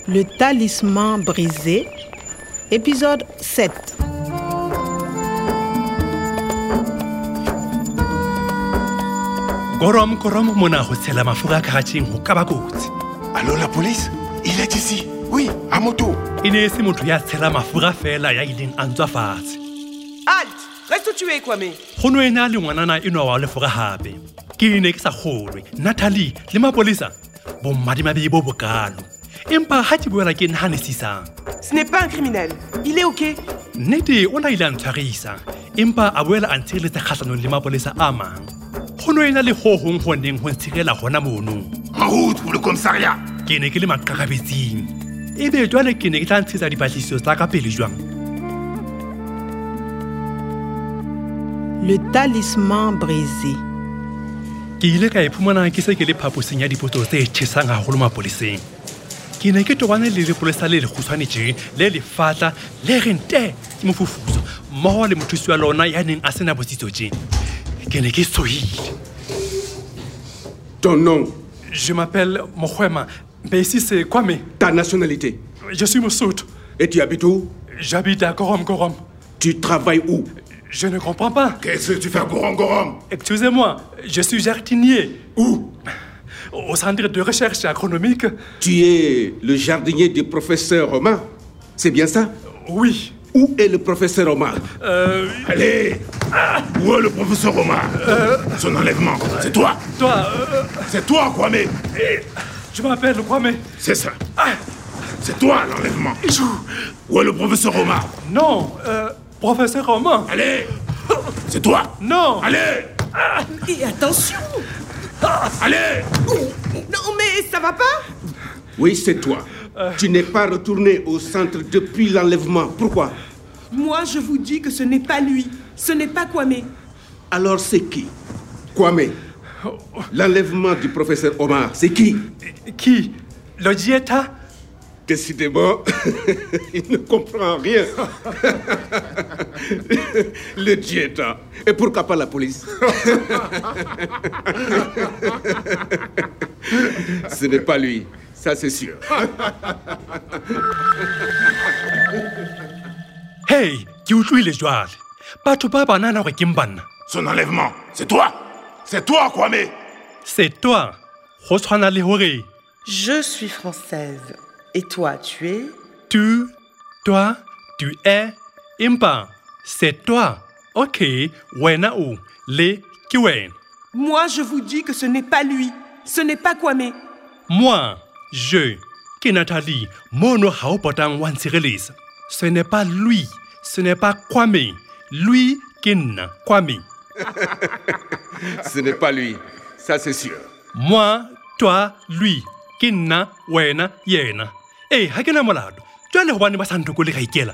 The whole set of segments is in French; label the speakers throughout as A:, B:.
A: Le talisman brisé, épisode 7.
B: Gorom mona ho tshela mafura ka gatsheng ho ka ba kotsi.
C: Allô, la police? Il est ici. Oui, à moto.
B: E ne se motho ya tshela mafura fela ya ileng a ntswa fatshe.
D: Halt! Reste où tu es, Kwame.
B: Go no ena le ngwanana eno wa lefora hape. Ke ne ke sa kgolwe. Natalie le mapolisa bo mmadimabe bo bokalo. Empa ha ke boela ke nhanesisang.
D: Ce n'est pas un criminel. Il est OK.
B: Nnete o na ile a ntshwarisa. Empa a boela a ntshireletsa kgahlanong le mapolisa a mang. Go no ena le ho hong ho neng ho ntshirela hona mono.
C: En route pour le commissariat.
B: Ke ne ke le maqakabetsing. Ebe jwale ke ne ke tla ntshetsa dipatlisiso tsa ka pele jwang.
A: Le talisman brisé.
B: Ke ile ka iphumana ke se ke le phaposing ya dipotso tse tjhesang haholo mapoliseng. Ke ne ke tobane le lepolesa le lekgutshwane tje le lefatla le rente ke mofufuso mmoho le mothusi wa lona ya neng a sena botsitso tje. Ke ne ke tshohile.
E: Ton nom?
B: Je m'appelle Mokhwema, mais ici c'est Kwame.
E: Ta nationalité?
B: Je suis Mosotho.
E: Et tu habites où?
B: J'habite à Gorom.
E: Tu travailles où?
B: Je ne comprends pas.
C: Qu'est-ce que tu fais à Gorom?
B: Excusez-moi, je suis jardinier.
E: Où?
B: Au centre de recherche agronomique.
E: Tu es le jardinier du professeur Omar? C'est bien ça?
B: Oui.
E: Où est le professeur Omar?
C: Allez! Où est le professeur Omar? Son enlèvement, c'est toi? C'est toi, Kwame?
B: Je m'appelle Kwame.
C: C'est ça. C'est toi, l'enlèvement. Où est le professeur Omar?
B: Non, professeur Omar.
C: Allez! C'est toi?
B: Non.
C: Allez!
D: Et attention!
C: Allez!
D: Non, mais ça va pas?
E: Oui, c'est toi. Tu n'es pas retourné au centre depuis l'enlèvement. Pourquoi?
D: Moi, je vous dis que ce n'est pas lui. Ce n'est pas Kwame.
E: Alors c'est qui? Kwame. L'enlèvement du professeur Omar, c'est qui?
B: Qui? Le diéta?
E: Décidément, il ne comprend rien. Le diéta. Et pourquoi pas la police? Ce n'est pas lui, ça c'est sûr.
B: Hey, ke utlwile jwale. Batho ba banana hore ke mbanna.
C: Son enlèvement, c'est toi? C'est toi, Kwame?
B: C'est toi. Go tshwana le hore
D: Je suis française. Et toi, tu es?
B: tu, toi, tu es, empa, c'est toi. Ok, wena o, le, ke wena.
D: Moi, je vous dis que ce n'est pas lui. Ce n'est pas Kwame.
B: Moi, je, ke Natalie, mono ha o potang wa ntshireletsa. Ce n'est pas lui, ce n'est pas Kwame. Lui, ke nna, Kwame.
E: Ce n'est pas lui, ça c'est sûr.
B: Moi, toi, lui, ke nna, wena, yena. Eh, ha ke na molado. Jwale hobane ba sa ntoko le ka ikela.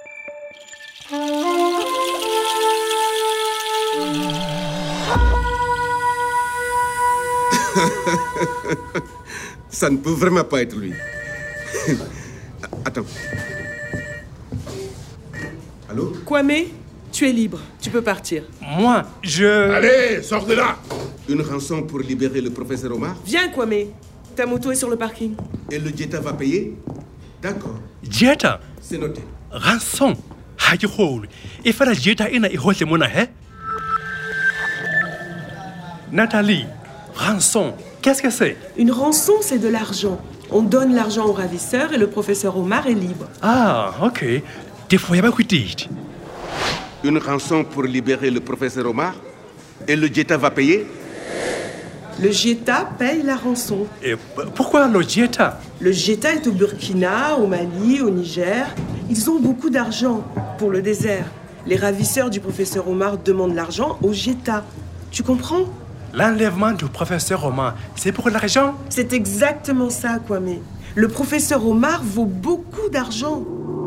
E: Ça ne peut vraiment pas être lui. Attends. Allô?
D: Kwame, tu es libre. Tu peux partir.
B: Moi, je...
C: Allez, sors de là!
E: Une rançon pour libérer le professeur Omar?
D: Viens, Kwame. Ta moto est sur le parking.
E: Et le diéta va payer? D'accord,
B: Dieta,
E: c'est noté.
B: ransom. Ha ke kgolwe. E fela dieta ena e hohle mona, he? Nathalie, ransom, qu'est-ce que c'est?
D: Une rançon, c'est de l'argent. On donne l'argent au ravisseur et le professeur Omar est libre.
B: Ah, ok. Te foya ba kwititi.
E: Une rançon pour libérer le professeur Omar? Et le diéta va payer?
D: Le Jeta paye la rançon.
B: Et pourquoi le dieta?
D: Le Jeta est au Burkina, au Mali, au Niger. Ils ont beaucoup d'argent pour le désert. Les ravisseurs du professeur Omar demandent l'argent au Jeta. Tu comprends?
B: L'enlèvement du professeur Omar, c'est pour l'argent?
D: C'est exactement ça, Kwame. Le professeur Omar vaut beaucoup d'argent.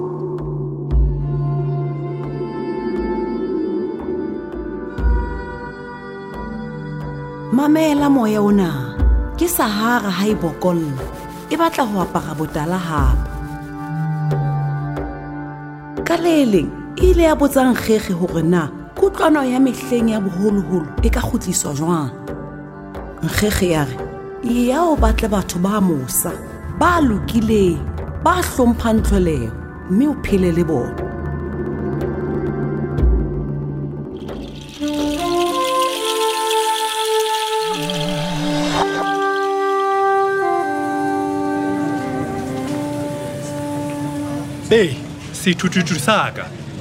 F: Mamela moya ona ke Sahara ha e bokolla e batla ho apara botala hape. Ka le leng ile ya botsang Kgege hore na kutlwano ya mehleng ya boholoholo e ka khutliswa jwang. Kgege ya re ya o batla batho ba mosa ba lokileng ba hlomphang tlholeho mme o phele le bona.
B: Bé, c'est tout ça.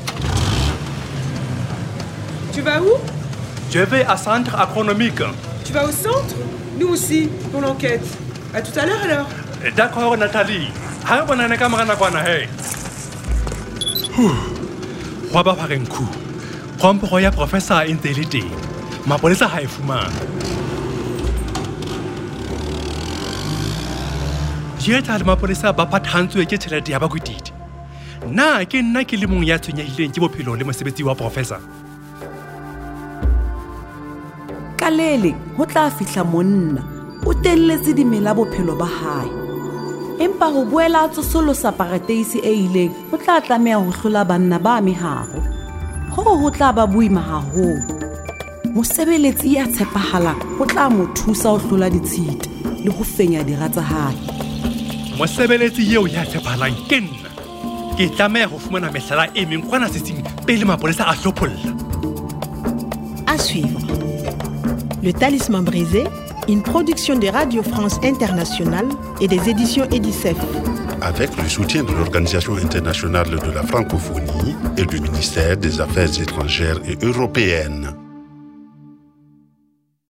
D: Tu vas où?
B: Je vais à centre agronomique.
D: Tu vas au centre? Nous aussi, pour l'enquête. À tout à l'heure alors.
B: D'accord, Nathalie. Ha bona na kamera kwana he. Wa ba phageng khu. Komporo ya professor Intelligent. Mapolesa ha e fumana. Jeta le mapolesa ba phathantswe ke tšhelete ya bakudidi. Na ke nna ke le mong ya tshwenyehileng ke bophelo le mosebetsi wa professor.
F: Ka lele ho tla fihla monna o telletse dimela bophelo ba hae. Empa ho boela a tsosolosa parateisi e ileng ho tla tlameha ho hlola banna ba meharo. Ho tla ba boima haholo. Mosebeletsi ya tshepahalang ho tla mo thusa ho hlola ditshita le ho fenya dira tsa hae.
B: Mosebeletsi eo ya tshepahalang ke nna. Ke tlameha ho fumana mehlala e meng kwana setsing pele mapolesa a hlopholla.
A: À suivre. Le Talisman brisé, une production de Radio France Internationale et des éditions Edicef.
G: Avec le soutien de l'Organisation internationale de la francophonie et du ministère des Affaires étrangères et européennes.